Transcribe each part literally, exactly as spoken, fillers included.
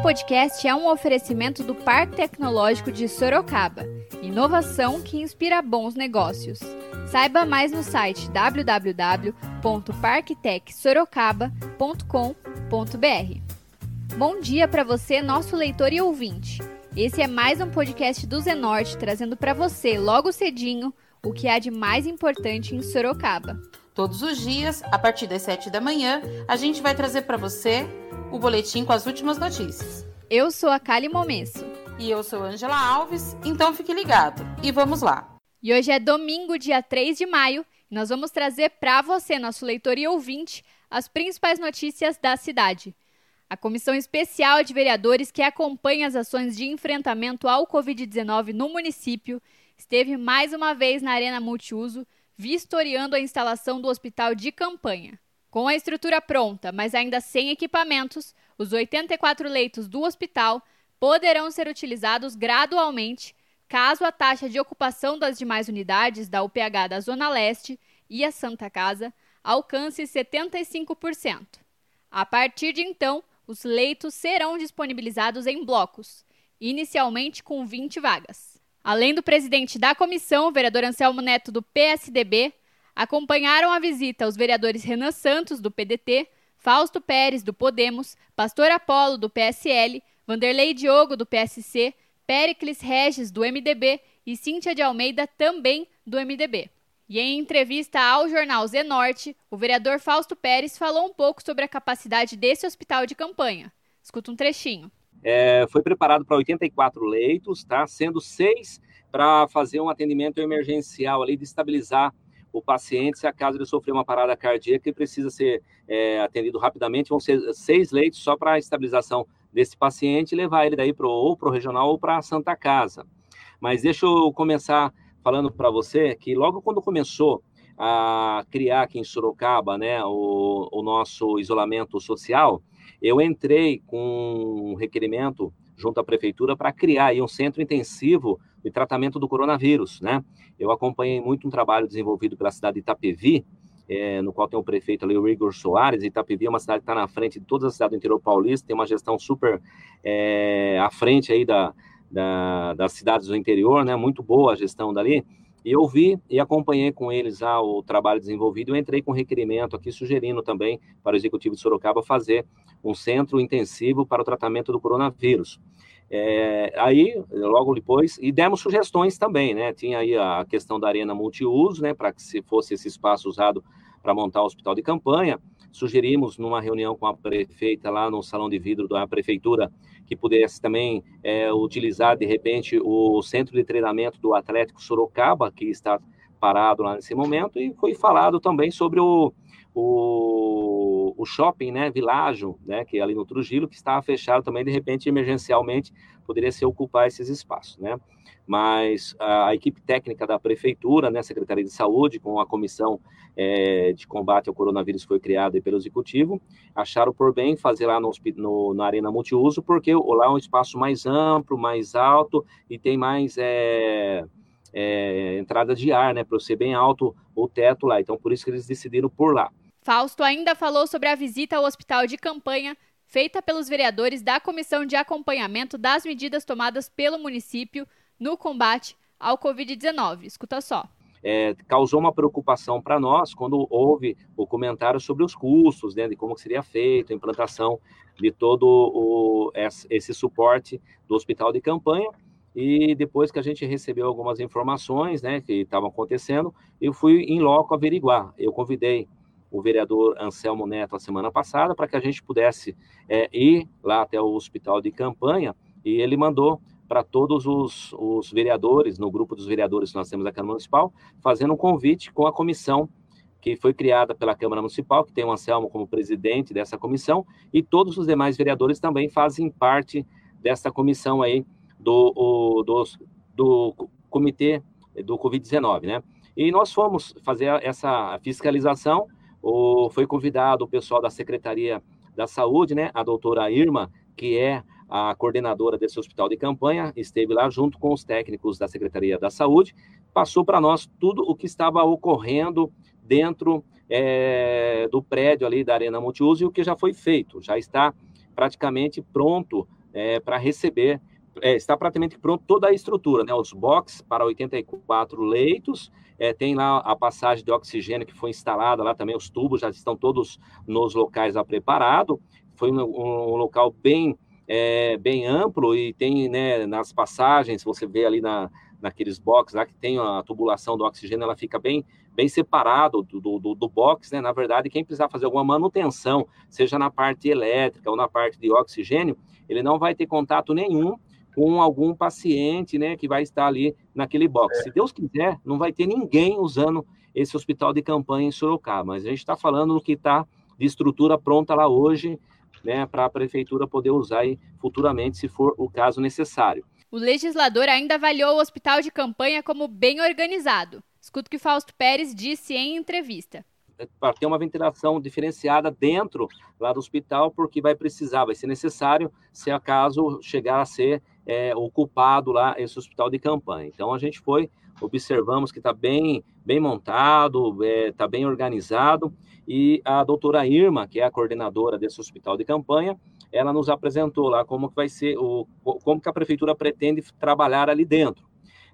podcast é um oferecimento do Parque Tecnológico de Sorocaba. Inovação que inspira bons negócios. Saiba mais no site w w w ponto parktec sorocaba ponto com ponto b r. Bom dia para você, nosso leitor e ouvinte. Esse é mais um podcast do Zenorte, trazendo para você, logo cedinho, o que há de mais importante em Sorocaba. Todos os dias, a partir das sete da manhã, a gente vai trazer para você o boletim com as últimas notícias. Eu sou a Kali Momesso. E eu sou Ângela Alves, então fique ligado. E vamos lá. E hoje é domingo, dia três de maio, e nós vamos trazer para você, nosso leitor e ouvinte, as principais notícias da cidade. A Comissão Especial de Vereadores que acompanha as ações de enfrentamento ao covid dezenove no município esteve mais uma vez na Arena Multiuso, vistoriando a instalação do hospital de campanha. Com a estrutura pronta, mas ainda sem equipamentos, os oitenta e quatro leitos do hospital poderão ser utilizados gradualmente, caso a taxa de ocupação das demais unidades da U P H da Zona Leste e a Santa Casa alcance setenta e cinco por cento. A partir de então, os leitos serão disponibilizados em blocos, inicialmente com vinte vagas. Além do presidente da comissão, o vereador Anselmo Neto, do P S D B, acompanharam a visita os vereadores Renan Santos, do P D T, Fausto Pérez, do Podemos, Pastor Apolo, do P S L, Vanderlei Diogo, do P S C, Péricles Regis, do M D B e Cíntia de Almeida, também do M D B. E em entrevista ao jornal Zenorte, o vereador Fausto Pérez falou um pouco sobre a capacidade desse hospital de campanha. Escuta um trechinho. É, foi preparado para oitenta e quatro leitos, tá? Sendo seis para fazer um atendimento emergencial ali, de estabilizar o paciente, se acaso ele sofrer uma parada cardíaca e precisa ser é, atendido rapidamente. Vão ser seis leitos só para a estabilização desse paciente e levar ele daí pro, ou para o regional ou para a Santa Casa. Mas deixa eu começar falando para você que logo quando começou a criar aqui em Sorocaba, né, o, o nosso isolamento social, eu entrei com um requerimento junto à prefeitura para criar aí um centro intensivo de tratamento do coronavírus, né? Eu acompanhei muito um trabalho desenvolvido pela cidade de Itapevi, é, no qual tem o prefeito ali, o Igor Soares. Itapevi é uma cidade que está na frente de todas as cidades do interior paulista, tem uma gestão super é, à frente aí da, da, das cidades do interior, né? Muito boa a gestão dali. E eu vi e acompanhei com eles ah, o trabalho desenvolvido. Eu entrei com requerimento aqui, sugerindo também para o Executivo de Sorocaba fazer um centro intensivo para o tratamento do coronavírus. É, aí, logo depois, e demos sugestões também, né? Tinha aí a questão da arena multiuso, né? Para que se fosse esse espaço usado para montar o hospital de campanha. Sugerimos, numa reunião com a prefeita lá no salão de vidro da prefeitura, que pudesse também é, utilizar, de repente, o centro de treinamento do Atlético Sorocaba, que está parado lá nesse momento, e foi falado também sobre o, o, o shopping, né, Világio, né, que é ali no Trujillo, que estava fechado também, de repente, emergencialmente, poderia se ocupar esses espaços, né? Mas a, a equipe técnica da prefeitura, né, Secretaria de Saúde, com a comissão é, de combate ao coronavírus foi criada pelo Executivo, acharam por bem fazer lá no, no, na Arena Multiuso, porque lá é um espaço mais amplo, mais alto e tem mais é, é, entrada de ar, né, para ser bem alto o teto lá. Então, por isso que eles decidiram por lá. Fausto ainda falou sobre a visita ao hospital de campanha feita pelos vereadores da Comissão de Acompanhamento das medidas tomadas pelo município no combate ao covid dezenove. Escuta só. É, causou uma preocupação para nós quando houve o comentário sobre os custos, né, de como seria feito a implantação de todo o, esse suporte do hospital de campanha. E depois que a gente recebeu algumas informações, né, que estavam acontecendo, eu fui em loco averiguar. Eu convidei o vereador Anselmo Neto a semana passada para que a gente pudesse é, ir lá até o hospital de campanha, e ele mandou para todos os, os vereadores, no grupo dos vereadores que nós temos da Câmara Municipal, fazendo um convite com a comissão que foi criada pela Câmara Municipal, que tem o Anselmo como presidente dessa comissão, e todos os demais vereadores também fazem parte dessa comissão aí do, o, do, do comitê do covid dezenove, né? E nós fomos fazer essa fiscalização, o, foi convidado o pessoal da Secretaria da Saúde, né? A doutora Irma, que é a coordenadora desse hospital de campanha, esteve lá junto com os técnicos da Secretaria da Saúde, passou para nós tudo o que estava ocorrendo dentro é, do prédio ali da Arena Multiuso e o que já foi feito. Já está praticamente pronto é, para receber, é, está praticamente pronto toda a estrutura, né? Os boxes para oitenta e quatro leitos, é, tem lá a passagem de oxigênio que foi instalada lá também, os tubos já estão todos nos locais já preparados, foi um, um local bem, é, bem amplo e tem, né, nas passagens, você vê ali na, naqueles boxes lá que tem a tubulação do oxigênio, ela fica bem, bem separado do, do, do box, né? Na verdade, quem precisar fazer alguma manutenção, seja na parte elétrica ou na parte de oxigênio, ele não vai ter contato nenhum com algum paciente, né, que vai estar ali naquele box. É. Se Deus quiser, não vai ter ninguém usando esse hospital de campanha em Sorocaba, mas a gente está falando do que está de estrutura pronta lá hoje, né, para a prefeitura poder usar aí futuramente, se for o caso necessário. O legislador ainda avaliou o hospital de campanha como bem organizado. Escuta o que Fausto Pérez disse em entrevista. Para ter uma ventilação diferenciada dentro lá do hospital, porque vai precisar, vai ser necessário, se acaso chegar a ser é, ocupado lá esse hospital de campanha. Então, a gente foi, observamos que está bem, bem montado, está é, bem organizado, e a doutora Irma, que é a coordenadora desse hospital de campanha, ela nos apresentou lá como que vai ser, o, como que a prefeitura pretende trabalhar ali dentro.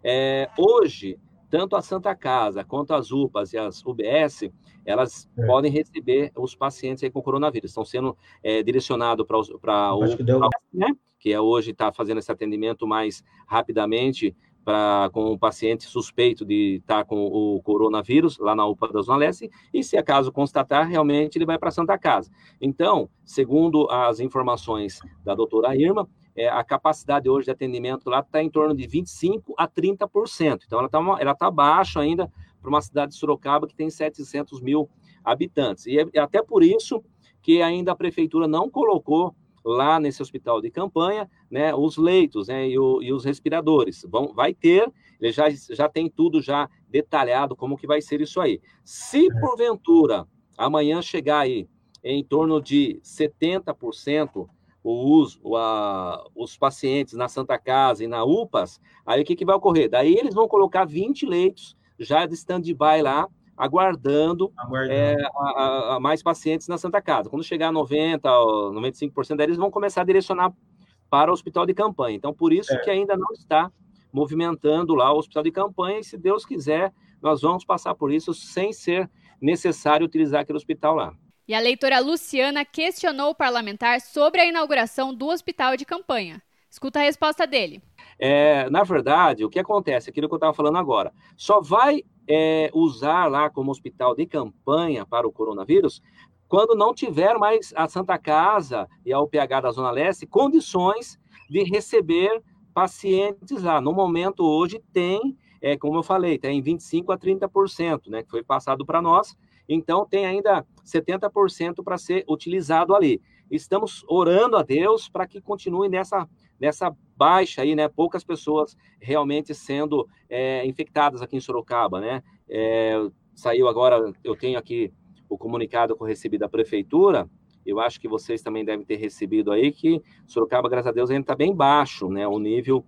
É, hoje, tanto a Santa Casa, quanto as U P As e as U B S, elas é. podem receber os pacientes aí com coronavírus. Estão sendo é, direcionados para o que, né, que é hoje está fazendo esse atendimento mais rapidamente pra, com o paciente suspeito de estar tá com o coronavírus lá na U P A da Zona Leste, e se acaso constatar, realmente ele vai para a Santa Casa. Então, segundo as informações da doutora Irma, é, a capacidade hoje de atendimento lá está em torno de vinte e cinco a trinta por cento. Então, ela está ela tá abaixo ainda para uma cidade de Sorocaba que tem setecentos mil habitantes. E é até por isso que ainda a prefeitura não colocou lá nesse hospital de campanha, né, os leitos, né, e, o, e os respiradores. Vão, vai ter, ele já, já tem tudo já detalhado como que vai ser isso aí. Se, porventura, amanhã chegar aí em torno de setenta por cento o uso, a, os pacientes na Santa Casa e na U P As, aí o que, que vai ocorrer? Daí eles vão colocar vinte leitos já de stand-by lá, aguardando, aguardando. É, a, a, a mais pacientes na Santa Casa. Quando chegar a noventa por cento, noventa e cinco por cento deles vão começar a direcionar para o hospital de campanha. Então, por isso é. que ainda não está movimentando lá o hospital de campanha, e se Deus quiser, nós vamos passar por isso sem ser necessário utilizar aquele hospital lá. E a leitora Luciana questionou o parlamentar sobre a inauguração do hospital de campanha. Escuta a resposta dele. É, na verdade, o que acontece, aquilo que eu estava falando agora, só vai é, usar lá como hospital de campanha para o coronavírus quando não tiver mais a Santa Casa e a U P H da Zona Leste condições de receber pacientes lá. No momento, hoje, tem, é, como eu falei, tem vinte e cinco a trinta por cento, né, que foi passado para nós, então tem ainda setenta por cento para ser utilizado ali. Estamos orando a Deus para que continue nessa, nessa baixa aí, né? Poucas pessoas realmente sendo é, infectadas aqui em Sorocaba, né? É, saiu agora, eu tenho aqui o comunicado que eu recebi da prefeitura, eu acho que vocês também devem ter recebido aí, que Sorocaba, graças a Deus, ainda está bem baixo, né? O nível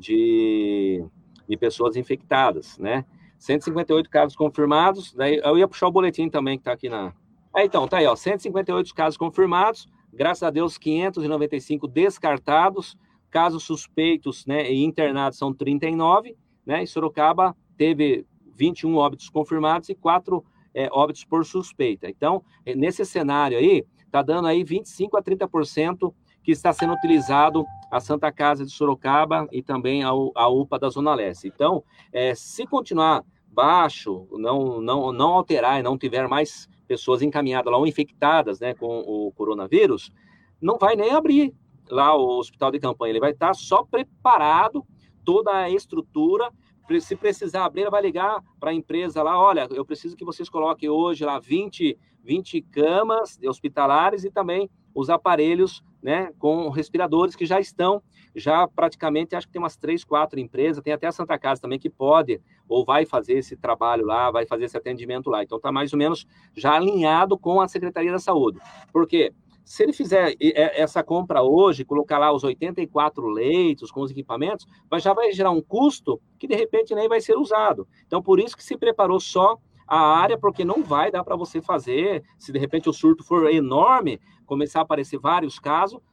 de, de pessoas infectadas, né? cento e cinquenta e oito casos confirmados, daí eu ia puxar o boletim também que está aqui na... Ah, então, tá aí, ó, cento e cinquenta e oito casos confirmados, graças a Deus, quinhentos e noventa e cinco descartados, casos suspeitos, né, e internados são trinta e nove, né, e Sorocaba teve vinte e um óbitos confirmados e quatro é, óbitos por suspeita. Então, nesse cenário aí, tá dando aí vinte e cinco a trinta por cento que está sendo utilizado a Santa Casa de Sorocaba e também a, a U P A da Zona Leste. Então, é, se continuar baixo, não, não, não alterar e não tiver mais pessoas encaminhadas lá ou infectadas, né, com o coronavírus, não vai nem abrir lá o hospital de campanha, ele vai estar só preparado, toda a estrutura, se precisar abrir, ele vai ligar para a empresa lá, olha, eu preciso que vocês coloquem hoje lá vinte, vinte camas hospitalares e também os aparelhos, né, com respiradores que já estão, já praticamente, acho que tem umas três, quatro empresas, tem até a Santa Casa também que pode, ou vai fazer esse trabalho lá, vai fazer esse atendimento lá. Então, está mais ou menos já alinhado com a Secretaria da Saúde. Por quê? Se ele fizer essa compra hoje, colocar lá os oitenta e quatro leitos com os equipamentos, já vai gerar um custo que, de repente, nem vai ser usado. Então, por isso que se preparou só a área, porque não vai dar para você fazer, se de repente o surto for enorme, começar a aparecer vários casos,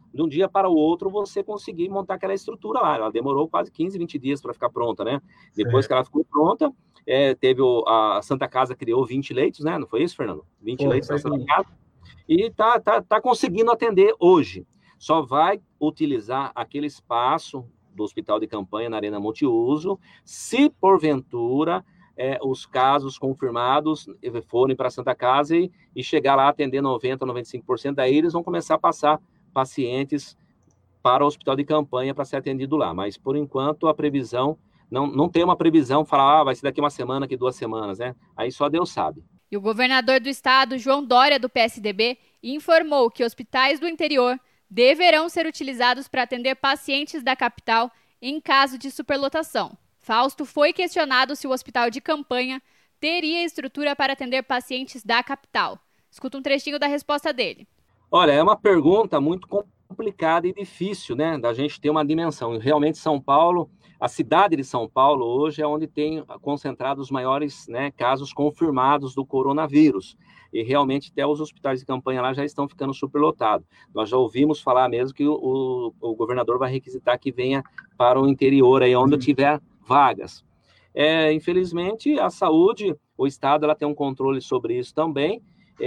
de um dia para o outro você conseguir montar aquela estrutura lá. Ela demorou quase quinze, vinte dias para ficar pronta, né? Depois que ela ficou pronta, é, teve o, a Santa Casa criou vinte leitos, né? Não foi isso, Fernando? vinte leitos na Santa Casa. E está tá, tá conseguindo atender hoje. Só vai utilizar aquele espaço do hospital de campanha na Arena Multiuso, se porventura é, os casos confirmados forem para a Santa Casa e, e chegar lá a atender noventa por cento, noventa e cinco por cento, daí eles vão começar a passar pacientes para o hospital de campanha para ser atendido lá. Mas, por enquanto, a previsão, não, não tem uma previsão, falar, ah, vai ser daqui uma semana, daqui duas semanas, né? Aí só Deus sabe. E o governador do estado, João Dória, do P S D B, informou que hospitais do interior deverão ser utilizados para atender pacientes da capital em caso de superlotação. Fausto foi questionado se o hospital de campanha teria estrutura para atender pacientes da capital. Escuta um trechinho da resposta dele. Olha, é uma pergunta muito complicada e difícil, né, da gente ter uma dimensão. Realmente, São Paulo, a cidade de São Paulo hoje é onde tem concentrado os maiores, né, casos confirmados do coronavírus. E realmente até os hospitais de campanha lá já estão ficando superlotados. Nós já ouvimos falar mesmo que o, o governador vai requisitar que venha para o interior, aí onde tiver vagas. É, infelizmente, a saúde, o Estado ela tem um controle sobre isso também.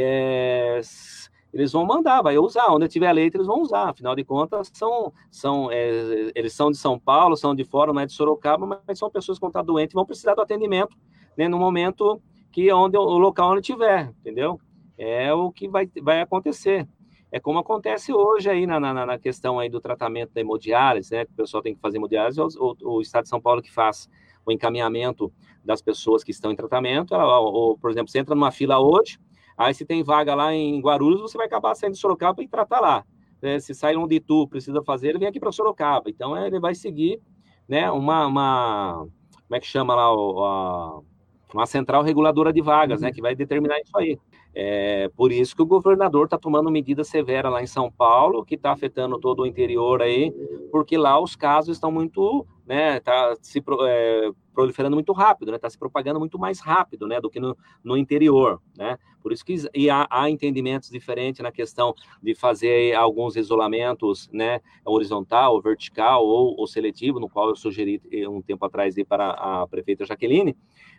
É, eles vão mandar, vai usar. Onde tiver leito, eles vão usar. Afinal de contas, são, são, é, eles são de São Paulo, são de fora, não é de Sorocaba, mas são pessoas que vão estar doentes e vão precisar do atendimento, né, no momento que onde, o local onde tiver, entendeu? É o que vai, vai acontecer. É como acontece hoje aí na, na, na questão aí do tratamento da hemodiálise, né? Que o pessoal tem que fazer hemodiálise, o, o, o Estado de São Paulo que faz o encaminhamento das pessoas que estão em tratamento. Ela, ou, por exemplo, você entra numa fila hoje, aí se tem vaga lá em Guarulhos, você vai acabar saindo de Sorocaba e tratar lá. É, se sai um de Itu, precisa fazer, ele vem aqui para Sorocaba. Então, é, ele vai seguir, né, uma, uma... Como é que chama lá? O, a, uma central reguladora de vagas, né, que vai determinar isso aí. É por isso que o governador está tomando medida severa lá em São Paulo, que está afetando todo o interior aí, porque lá os casos estão muito, né, tá se é, proliferando muito rápido, né, está se propagando muito mais rápido, né, do que no, no interior, né, por isso que e há, há entendimentos diferentes na questão de fazer alguns isolamentos, né, horizontal, vertical ou, ou seletivo, no qual eu sugeri um tempo atrás ir para a prefeita Jaqueline,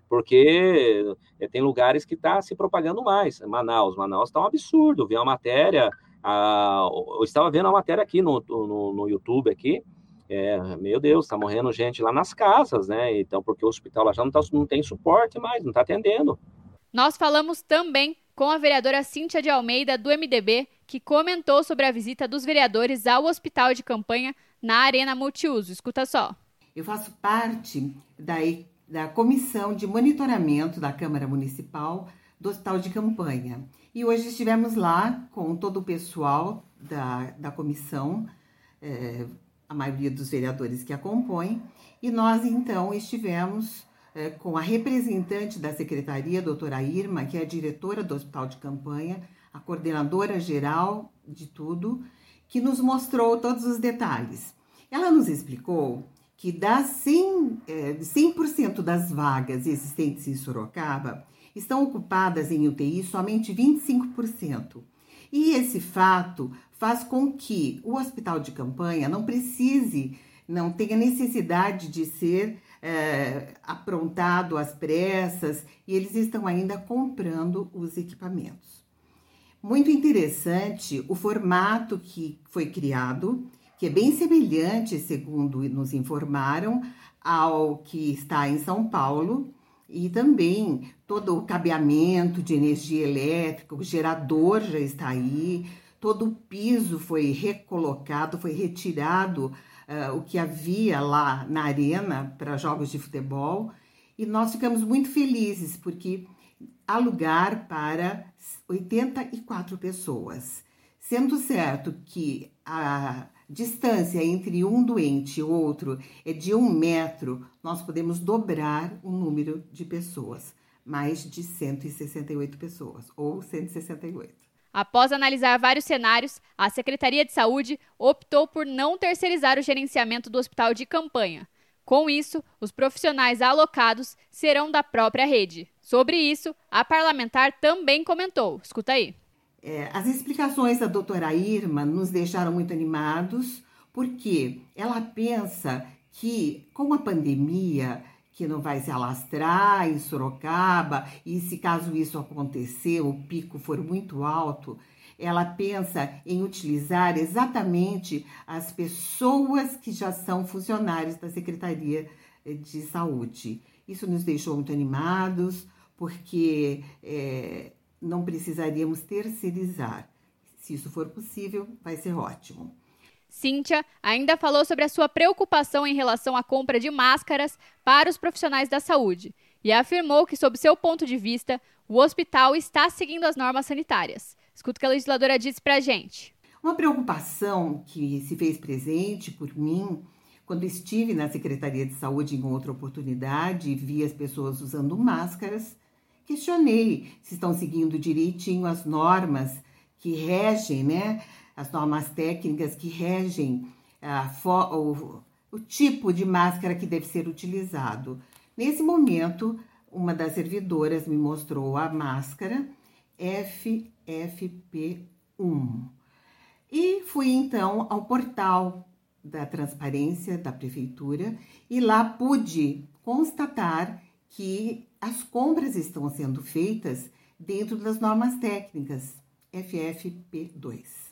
porque tem lugares que está se propagando mais. Manaus, Manaus está um absurdo. Eu vi uma matéria, ah, eu estava vendo uma matéria aqui no, no, no YouTube, aqui, é, meu Deus, está morrendo gente lá nas casas, né? Então, porque o hospital lá já não, tá, não tem suporte mais, não está atendendo. Nós falamos também com a vereadora Cíntia de Almeida, do M D B, que comentou sobre a visita dos vereadores ao hospital de campanha na Arena Multiuso. Escuta só. Eu faço parte da da Comissão de Monitoramento da Câmara Municipal do Hospital de Campanha. E hoje estivemos lá com todo o pessoal da, da comissão, é, a maioria dos vereadores que a compõem, e nós, então, estivemos é, com a representante da Secretaria, a doutora Irma, que é a diretora do Hospital de Campanha, a coordenadora geral de tudo, que nos mostrou todos os detalhes. Ela nos explicou que das cem, cem por cento das vagas existentes em Sorocaba estão ocupadas em U T I somente vinte e cinco por cento. E esse fato faz com que o hospital de campanha não precise, não tenha necessidade de ser é, aprontado às pressas, e eles estão ainda comprando os equipamentos. Muito interessante o formato que foi criado, que é bem semelhante, segundo nos informaram, ao que está em São Paulo, e também todo o cabeamento de energia elétrica, o gerador já está aí, todo o piso foi recolocado, foi retirado uh, o que havia lá na arena para jogos de futebol, e nós ficamos muito felizes, porque há lugar para oitenta e quatro pessoas, sendo certo que a distância entre um doente e outro é de um metro, nós podemos dobrar o número de pessoas, mais de cento e sessenta e oito pessoas, ou cento e sessenta e oito. Após analisar vários cenários, a Secretaria de Saúde optou por não terceirizar o gerenciamento do hospital de campanha. Com isso, os profissionais alocados serão da própria rede. Sobre isso, a parlamentar também comentou. Escuta aí. É, as explicações da doutora Irma nos deixaram muito animados, porque ela pensa que com a pandemia, que não vai se alastrar em Sorocaba, e se caso isso acontecer, o pico for muito alto, ela pensa em utilizar exatamente as pessoas que já são funcionários da Secretaria de Saúde. Isso nos deixou muito animados, porque é, não precisaríamos terceirizar. Se isso for possível, vai ser ótimo. Cíntia ainda falou sobre a sua preocupação em relação à compra de máscaras para os profissionais da saúde e afirmou que, sob seu ponto de vista, o hospital está seguindo as normas sanitárias. Escuta o que a legisladora disse para a gente. Uma preocupação que se fez presente por mim, quando estive na Secretaria de Saúde em outra oportunidade e vi as pessoas usando máscaras, questionei se estão seguindo direitinho as normas que regem, né? As normas técnicas que regem a, o, o tipo de máscara que deve ser utilizado. Nesse momento, uma das servidoras me mostrou a máscara F F P um. E fui então ao portal da transparência da prefeitura e lá pude constatar que as compras estão sendo feitas dentro das normas técnicas F F P dois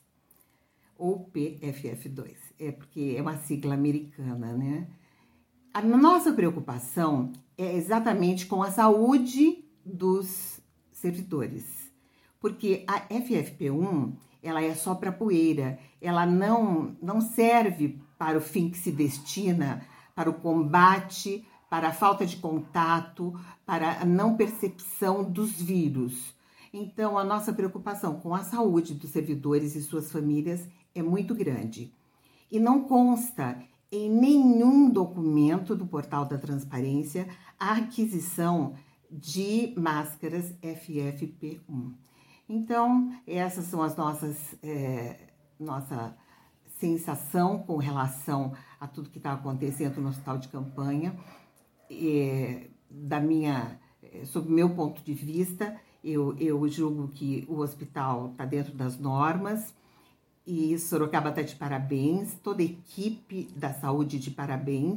ou P F F dois, é porque é uma sigla americana, né? A nossa preocupação é exatamente com a saúde dos servidores, porque a F F P um, ela é só para poeira, ela não, não serve para o fim que se destina, para o combate, para a falta de contato, para a não percepção dos vírus. Então, a nossa preocupação com a saúde dos servidores e suas famílias é muito grande. E não consta em nenhum documento do portal da transparência a aquisição de máscaras F F P um. Então, essas são as nossas, é, nossa sensação com relação a tudo que está acontecendo no hospital de campanha. É, da minha, sob o meu ponto de vista, eu, eu julgo que o hospital está dentro das normas e Sorocaba está de parabéns, toda a equipe da saúde de parabéns.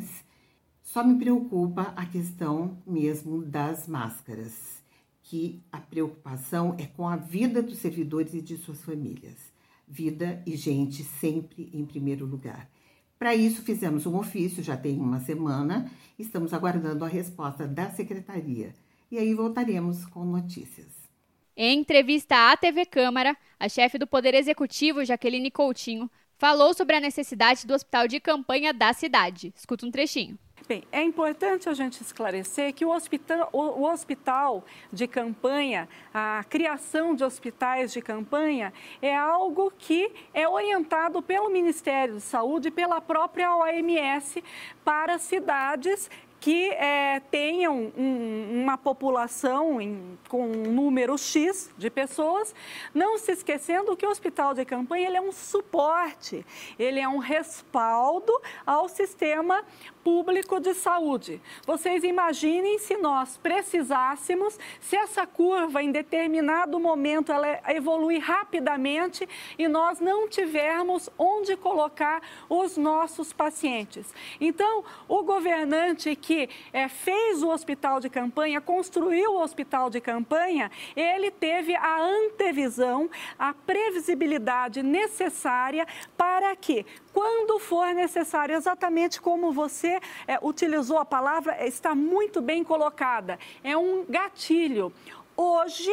Só me preocupa a questão mesmo das máscaras, que a preocupação é com a vida dos servidores e de suas famílias. Vida e gente sempre em primeiro lugar. Para isso, fizemos um ofício, já tem uma semana, estamos aguardando a resposta da secretaria. E aí voltaremos com notícias. Em entrevista à T V Câmara, a chefe do Poder Executivo, Jaqueline Coutinho, falou sobre a necessidade do hospital de campanha da cidade. Escuta um trechinho. Bem, é importante a gente esclarecer que o hospital, o, o hospital de campanha, a criação de hospitais de campanha é algo que é orientado pelo Ministério da Saúde e pela própria O M S para cidades que é, tenham um, uma população em, com um número X de pessoas, não se esquecendo que o hospital de campanha ele é um suporte, ele é um respaldo ao sistema público de saúde. Vocês imaginem se nós precisássemos, se essa curva em determinado momento ela evoluir rapidamente e nós não tivermos onde colocar os nossos pacientes. Então, o governante que é, fez o hospital de campanha, construiu o hospital de campanha, ele teve a antevisão, a previsibilidade necessária para que, quando for necessário, exatamente como você é, utilizou a palavra, está muito bem colocada, é um gatilho. Hoje,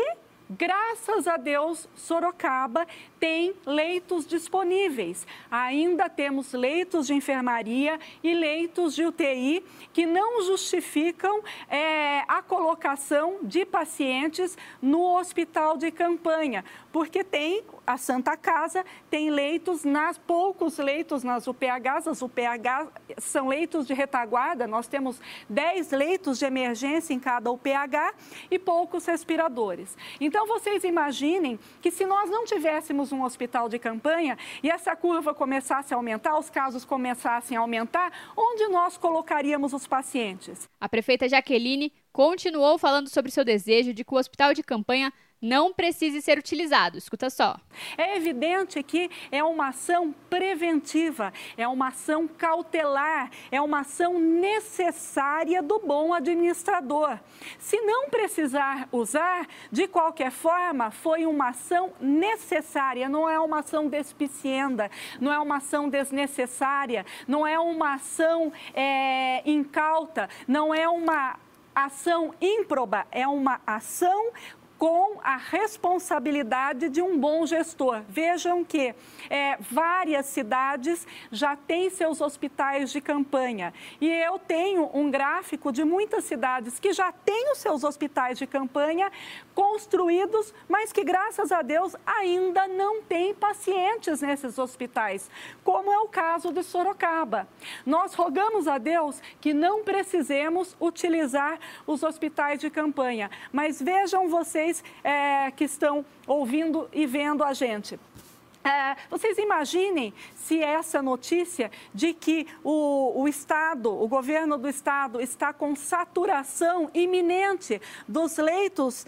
graças a Deus, Sorocaba tem leitos disponíveis. Ainda temos leitos de enfermaria e leitos de U T I que não justificam é, a colocação de pacientes no hospital de campanha, porque tem a Santa Casa, tem leitos, nas, poucos leitos nas U P Hs, as U P Hs são leitos de retaguarda, nós temos dez leitos de emergência em cada U P H e poucos respiradores. Então, vocês imaginem que se nós não tivéssemos um hospital de campanha e essa curva começasse a aumentar, os casos começassem a aumentar, onde nós colocaríamos os pacientes? A prefeita Jaqueline continuou falando sobre seu desejo de que o hospital de campanha não precise ser utilizado. Escuta só. É evidente que é uma ação preventiva, é uma ação cautelar, é uma ação necessária do bom administrador. Se não precisar usar, de qualquer forma, foi uma ação necessária, não é uma ação despicienda, não é uma ação desnecessária, não é uma ação é, incauta, não é uma ação ímproba, é uma ação com a responsabilidade de um bom gestor. Vejam que é, várias cidades já têm seus hospitais de campanha. E eu tenho um gráfico de muitas cidades que já têm os seus hospitais de campanha construídos, mas que, graças a Deus, ainda não têm pacientes nesses hospitais, como é o caso de Sorocaba. Nós rogamos a Deus que não precisemos utilizar os hospitais de campanha, mas vejam vocês É, que estão ouvindo e vendo a gente. É, vocês imaginem se essa notícia de que o, o Estado, o governo do Estado está com saturação iminente dos leitos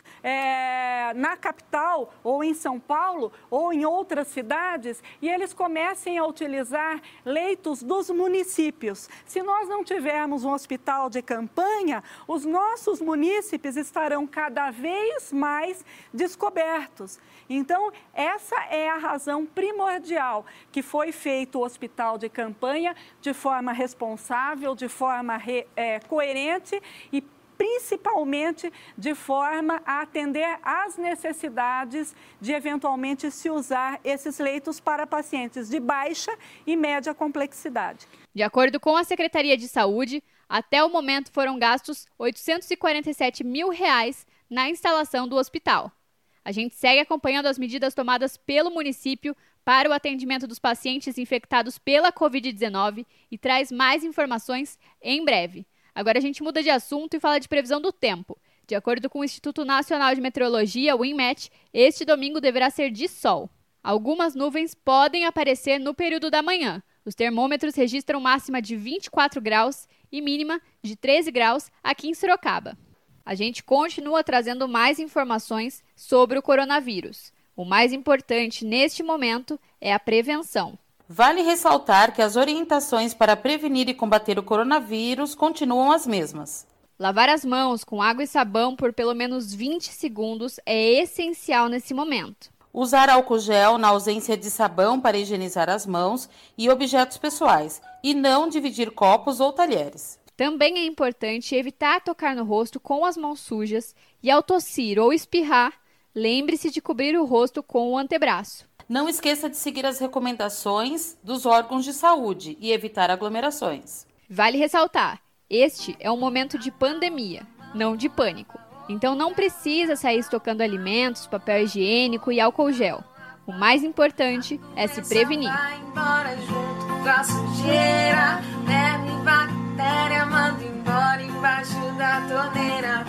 é, na capital ou em São Paulo ou em outras cidades e eles comecem a utilizar leitos dos municípios. Se nós não tivermos um hospital de campanha, os nossos munícipes estarão cada vez mais descobertos. Então, essa é a razão primordial que foi feito o hospital de campanha de forma responsável, de forma re, é, coerente e principalmente de forma a atender às necessidades de eventualmente se usar esses leitos para pacientes de baixa e média complexidade. De acordo com a Secretaria de Saúde, até o momento foram gastos oitocentos e quarenta e sete mil reais na instalação do hospital. A gente segue acompanhando as medidas tomadas pelo município para o atendimento dos pacientes infectados pela covid dezenove e traz mais informações em breve. Agora a gente muda de assunto e fala de previsão do tempo. De acordo com o Instituto Nacional de Meteorologia, o INMET, este domingo deverá ser de sol. Algumas nuvens podem aparecer no período da manhã. Os termômetros registram máxima de vinte e quatro graus e mínima de treze graus aqui em Sorocaba. A gente continua trazendo mais informações sobre o coronavírus. O mais importante neste momento é a prevenção. Vale ressaltar que as orientações para prevenir e combater o coronavírus continuam as mesmas. Lavar as mãos com água e sabão por pelo menos vinte segundos é essencial nesse momento. Usar álcool gel na ausência de sabão para higienizar as mãos e objetos pessoais e não dividir copos ou talheres. Também é importante evitar tocar no rosto com as mãos sujas e ao tossir ou espirrar, lembre-se de cobrir o rosto com o antebraço. Não esqueça de seguir as recomendações dos órgãos de saúde e evitar aglomerações. Vale ressaltar, este é um momento de pandemia, não de pânico. Então não precisa sair estocando alimentos, papel higiênico e álcool gel. O mais importante é se prevenir. Vai embora junto com a sujeira, verme e bactéria, manda embora embaixo da torneira.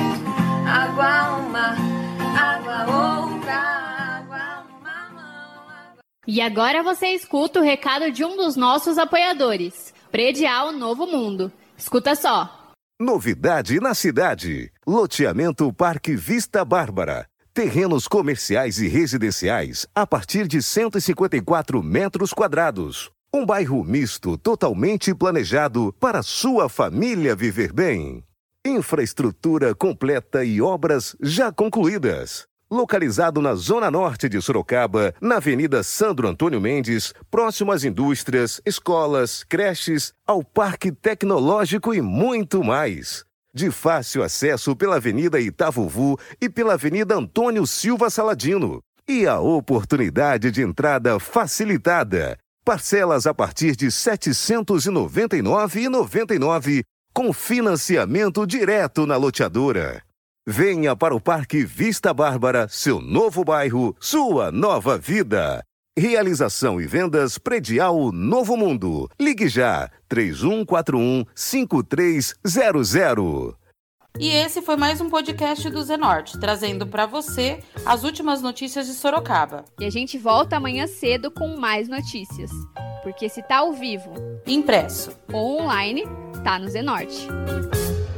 Água uma, água outra, água uma mão. Água... E agora você escuta o recado de um dos nossos apoiadores, Predial Novo Mundo. Escuta só. Novidade na cidade. Loteamento Parque Vista Bárbara. Terrenos comerciais e residenciais a partir de cento e cinquenta e quatro metros quadrados. Um bairro misto totalmente planejado para sua família viver bem. Infraestrutura completa e obras já concluídas. Localizado na zona norte de Sorocaba, na Avenida Sandro Antônio Mendes, próximo às indústrias, escolas, creches, ao Parque Tecnológico e muito mais. De fácil acesso pela Avenida Itavuvu e pela Avenida Antônio Silva Saladino. E a oportunidade de entrada facilitada. Parcelas a partir de setecentos e noventa e nove reais e noventa e nove centavos, com financiamento direto na loteadora. Venha para o Parque Vista Bárbara, seu novo bairro, sua nova vida. Realização e vendas Predial Novo Mundo. Ligue já, três um quatro um, cinco três zero zero. E esse foi mais um podcast do Zenorte, trazendo para você as últimas notícias de Sorocaba. E a gente volta amanhã cedo com mais notícias. Porque se tá ao vivo, impresso ou online, tá no Zenorte.